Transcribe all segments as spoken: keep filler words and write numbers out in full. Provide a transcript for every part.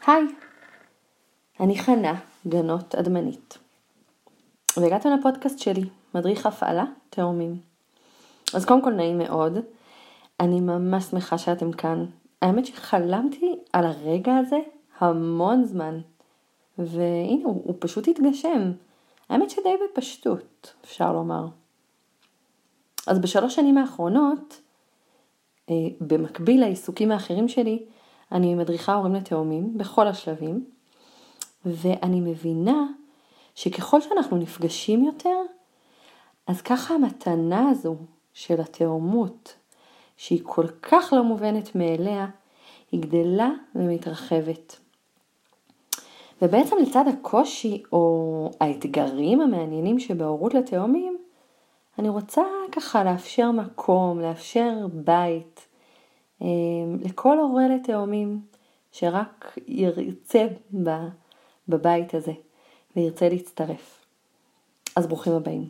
היי, אני חנה, גנות אדמנית, והגעתם לפודקאסט שלי, מדריך הפעלה תאומים. אז קודם כל נעים מאוד, אני ממש שמחה שאתם כאן. האמת שחלמתי על הרגע הזה המון זמן, והנה הוא, הוא פשוט התגשם. האמת שדי בפשטות, אפשר לומר. אז בשלוש שנים האחרונות, במקביל לעיסוקים האחרים שלי, אני מדריכה הורים לתאומים בכל השלבים, ואני מבינה שככל שאנחנו נפגשים יותר, אז ככה המתנה הזו של התאומות, שהיא כל כך לא מובנת מאליה, היא גדלה ומתרחבת. ובעצם לצד הקושי או האתגרים המעניינים שבהורות לתאומים, אני רוצה ככה לאפשר מקום, לאפשר בית, לכל הורה לתאומים שרק ירצה בבית הזה וירצה להצטרף. אז ברוכים הבאים.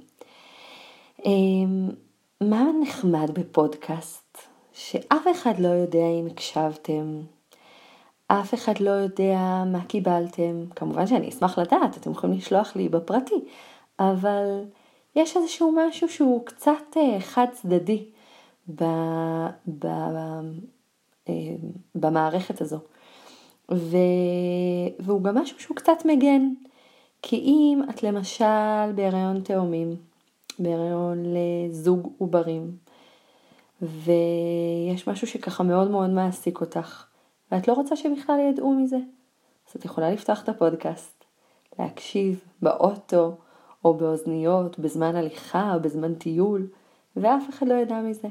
מה נחמד בפודקאסט? שאף אחד לא יודע אם הקשבתם, אף אחד לא יודע מה קיבלתם. כמובן שאני אשמח לדעת, אתם יכולים לשלוח לי בפרטי, אבל יש איזשהו משהו שהוא קצת חד צדדי ב... ב... במערכת הזו. ו... והוא גם משהו שהוא קצת מגן. כי אם את למשל בהיריון תאומים, בהיריון לזוג עוברים, ויש משהו שככה מאוד מאוד מעסיק אותך, ואת לא רוצה שבכלל ידעו מזה, אז את יכולה לפתוח את הפודקאסט, להקשיב באוטו או באוזניות, בזמן הליכה או בזמן טיול, ואף אחד לא ידע מזה.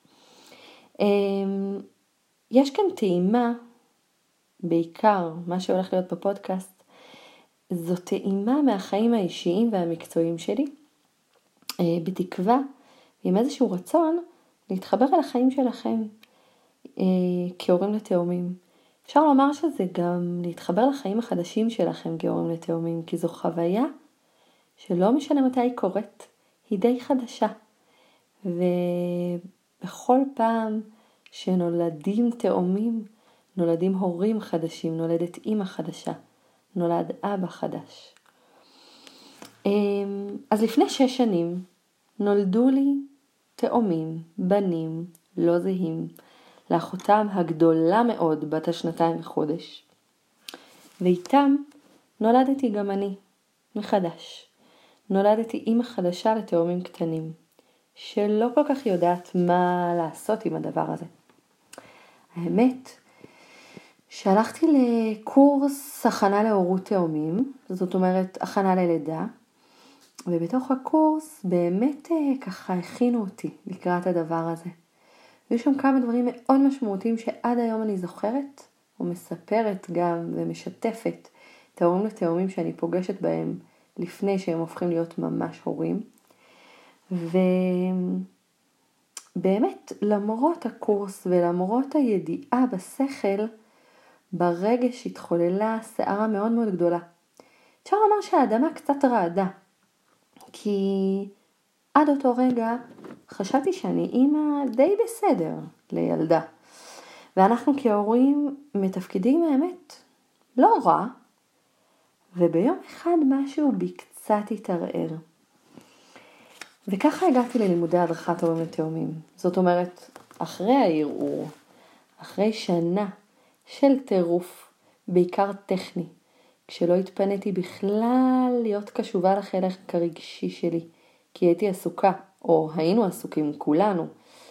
יש כאן טעימה, בעיקר מה שהולך להיות בפודקאסט, זו טעימה מהחיים האישיים והמקצועיים שלי, בתקווה עם איזשהו רצון להתחבר על החיים שלכם כהורים לתאומים. אפשר לומר שזה גם להתחבר לחיים החדשים שלכם כהורים לתאומים, כי זו חוויה שלא משנה מתי היא קורית, היא די חדשה. ובכל פעם שנולדים תאומים, נולדים הורים חדשים, נולדת אמא חדשה, נולד אבא חדש. אז לפני שש שנים נולדו לי תאומים, בנים, לא זהים, לאחותם הגדולה מאוד בת השנתיים וחודש. ואיתם נולדתי גם אני, מחדש. נולדתי אמא חדשה לתאומים קטנים, שלא כל כך יודעת מה לעשות עם הדבר הזה. האמת, שהלכתי לקורס הכנה להורות תאומים, זאת אומרת הכנה ללידה, ובתוך הקורס באמת ככה הכינו אותי לקראת הדבר הזה. ויש שם כמה דברים מאוד משמעותיים שעד היום אני זוכרת, ומספרת גם ומשתפת את ההורים לתאומים שאני פוגשת בהם לפני שהם הופכים להיות ממש הורים. ובאמת למרות הקורס ולמרות הידיעה בשכל, ברגש התחוללה שערה מאוד מאוד גדולה. אפשר לומר שהאדמה קצת רעדה, כי עד אותו רגע חשבתי שאני אימא די בסדר לילדה. ואנחנו כהורים מתפקידים האמת לא רע, וביום אחד משהו בי קצת התערער. וככה הגעתי ללימודי הדרכת הורים לתאומים. זאת אומרת, אחרי הערעור, אחרי שנה של טירוף, בעיקר טכני, כשלא התפניתי בכלל להיות קשובה לחלק הרגשי שלי, כי הייתי עסוקה, או היינו עסוקים כולנו,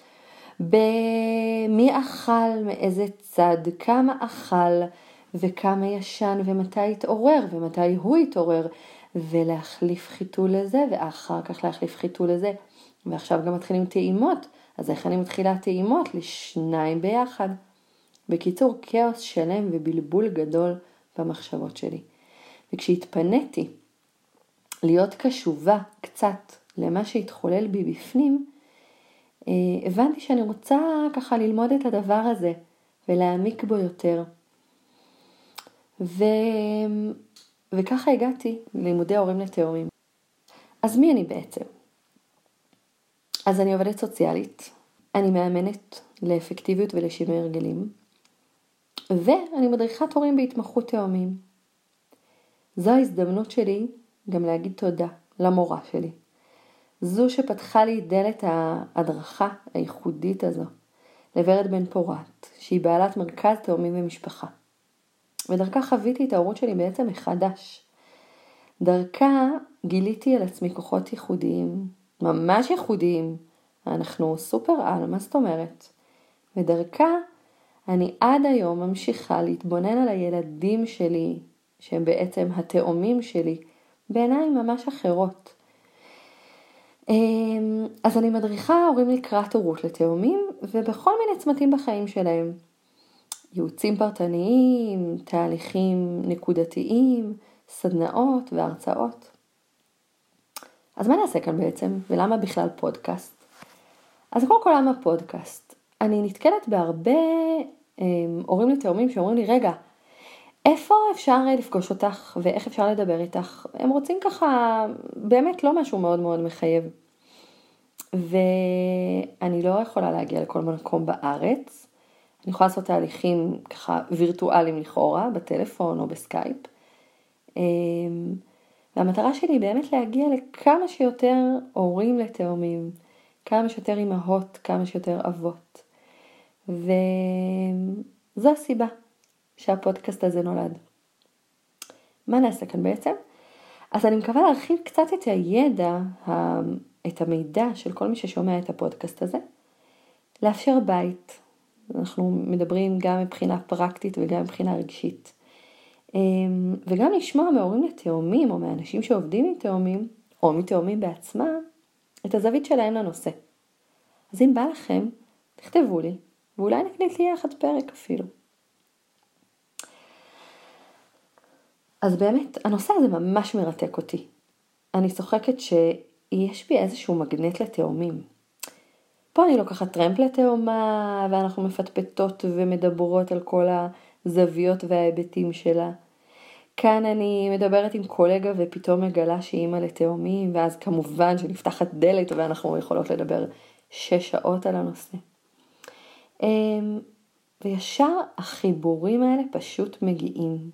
במי אכל, מאיזה צד, כמה אכל, וכמה ישן, ומתי התעורר, ומתי הוא התעורר, ולהחליף חיתול לזה, ואחר כך להחליף חיתול לזה, ועכשיו גם מתחילים טעימות, אז איך אני מתחילה טעימות? לשניים ביחד. בקיצור, כאוס שלם ובלבול גדול במחשבות שלי. וכשהתפניתי להיות קשובה קצת למה שהתחולל בי בפנים, הבנתי שאני רוצה ככה ללמוד את הדבר הזה ולהעמיק בו יותר. ו... וככה הגעתי ללימודי הורים לתאומים. אז מי אני בעצם? אז אני עובדת סוציאלית, אני מאמנת לאפקטיביות ולשינוי הרגלים, ואני מדריכת הורים בהתמחות תאומים. זו ההזדמנות שלי גם להגיד תודה למורה שלי. זו שפתחה לי דלת ההדרכה הייחודית הזו, לוורד בן פורת, שהיא בעלת מרכז תאומים ומשפחה. ודרכה חוויתי את ההורות שלי בעצם מחדש. דרכה גיליתי על עצמי כוחות ייחודיים, ממש ייחודיים. אנחנו סופר על, מה זאת אומרת? ודרכה אני עד היום ממשיכה להתבונן על הילדים שלי, שהם בעצם התאומים שלי, בעיניים ממש אחרות. אז אני מדריכה הורים לקראת הורות לתאומים, ובכל מיני צמתים בחיים שלהם. ייעוצים פרטניים, תהליכים נקודתיים, סדנאות והרצאות. אז מה נעשה כאן בעצם? ולמה בכלל פודקאסט? אז קודם כל למה פודקאסט? אני נתקלת בהרבה הורים לתאומים שאומרים לי, רגע, איפה אפשר לפגוש אותך ואיך אפשר לדבר איתך? הם רוצים ככה, באמת לא משהו מאוד מאוד מחייב. ואני לא יכולה להגיע לכל מקום בארץ. אני יכולה לעשות תהליכים ככה וירטואליים לכאורה, בטלפון או בסקייפ. והמטרה שלי היא באמת להגיע לכמה שיותר הורים לתאומים, כמה שיותר אמהות, כמה שיותר אבות. וזו הסיבה שהפודקאסט הזה נולד. מה נעשה כאן בעצם? אז אני מקווה להרחיב קצת את הידע, את המידע של כל מי ששומע את הפודקאסט הזה, לאפשר בית. אנחנו מדברים גם מבחינה פרקטית וגם מבחינה רגשית. וגם לשמוע מהורים לתאומים או מאנשים שעובדים עם תאומים, או מתאומים בעצמם, את הזווית שלהם לנושא. אז אם בא לכם, תכתבו לי, ואולי נקליט לי יחד פרק אפילו. אז באמת, הנושא הזה ממש מרתק אותי. אני צוחקת שיש בי איזשהו מגנט לתאומים. פה אני לוקחת טרמפ לתאומה, ואנחנו מפטפטות ומדברות על כל הזוויות וההיבטים שלה. כאן אני מדברת עם קולגה ופתאום מגלה שהיא אימא לתאומים, ואז כמובן שנפתחת דלת ואנחנו יכולות לדבר שש שעות על הנושא. וישר החיבורים האלה פשוט מגיעים.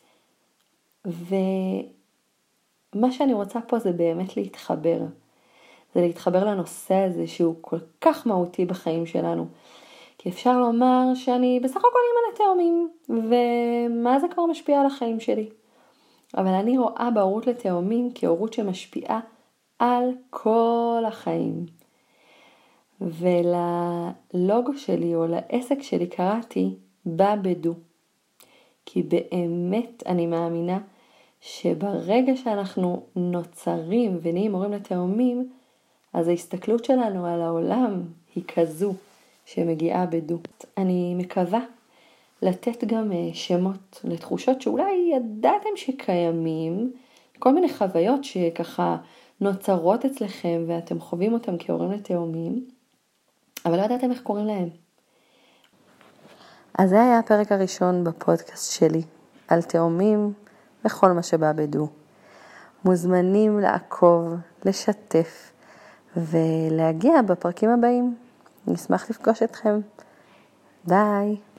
ומה שאני רוצה פה זה באמת להתחבר. זה להתחבר לנושא הזה שהוא כל כך מהותי בחיים שלנו. כי אפשר לומר שאני בסך הכל אימא לתאומים, ומה זה כבר משפיע על החיים שלי. אבל אני רואה בהורות לתאומים כהורות שמשפיעה על כל החיים. וללוגו שלי או לעסק שלי קראתי בא בדו. כי באמת אני מאמינה שברגע שאנחנו נוצרים ונהיים הורים לתאומים, אז ההסתכלות שלנו על העולם היא כזו שמגיעה בדו. אני מקווה לתת גם שמות לתחושות שאולי ידעתם שקיימים, כל מיני חוויות שככה נוצרות אצלכם ואתם חווים אותם כהורים לתאומים, אבל לא ידעתם איך קוראים להם. אז זה היה הפרק הראשון בפודקאסט שלי, על תאומים וכל מה שבא בדו. מוזמנים לעקוב, לשתף ולהגיע בפרקים הבאים. נשמח לפגוש אתכם. ביי.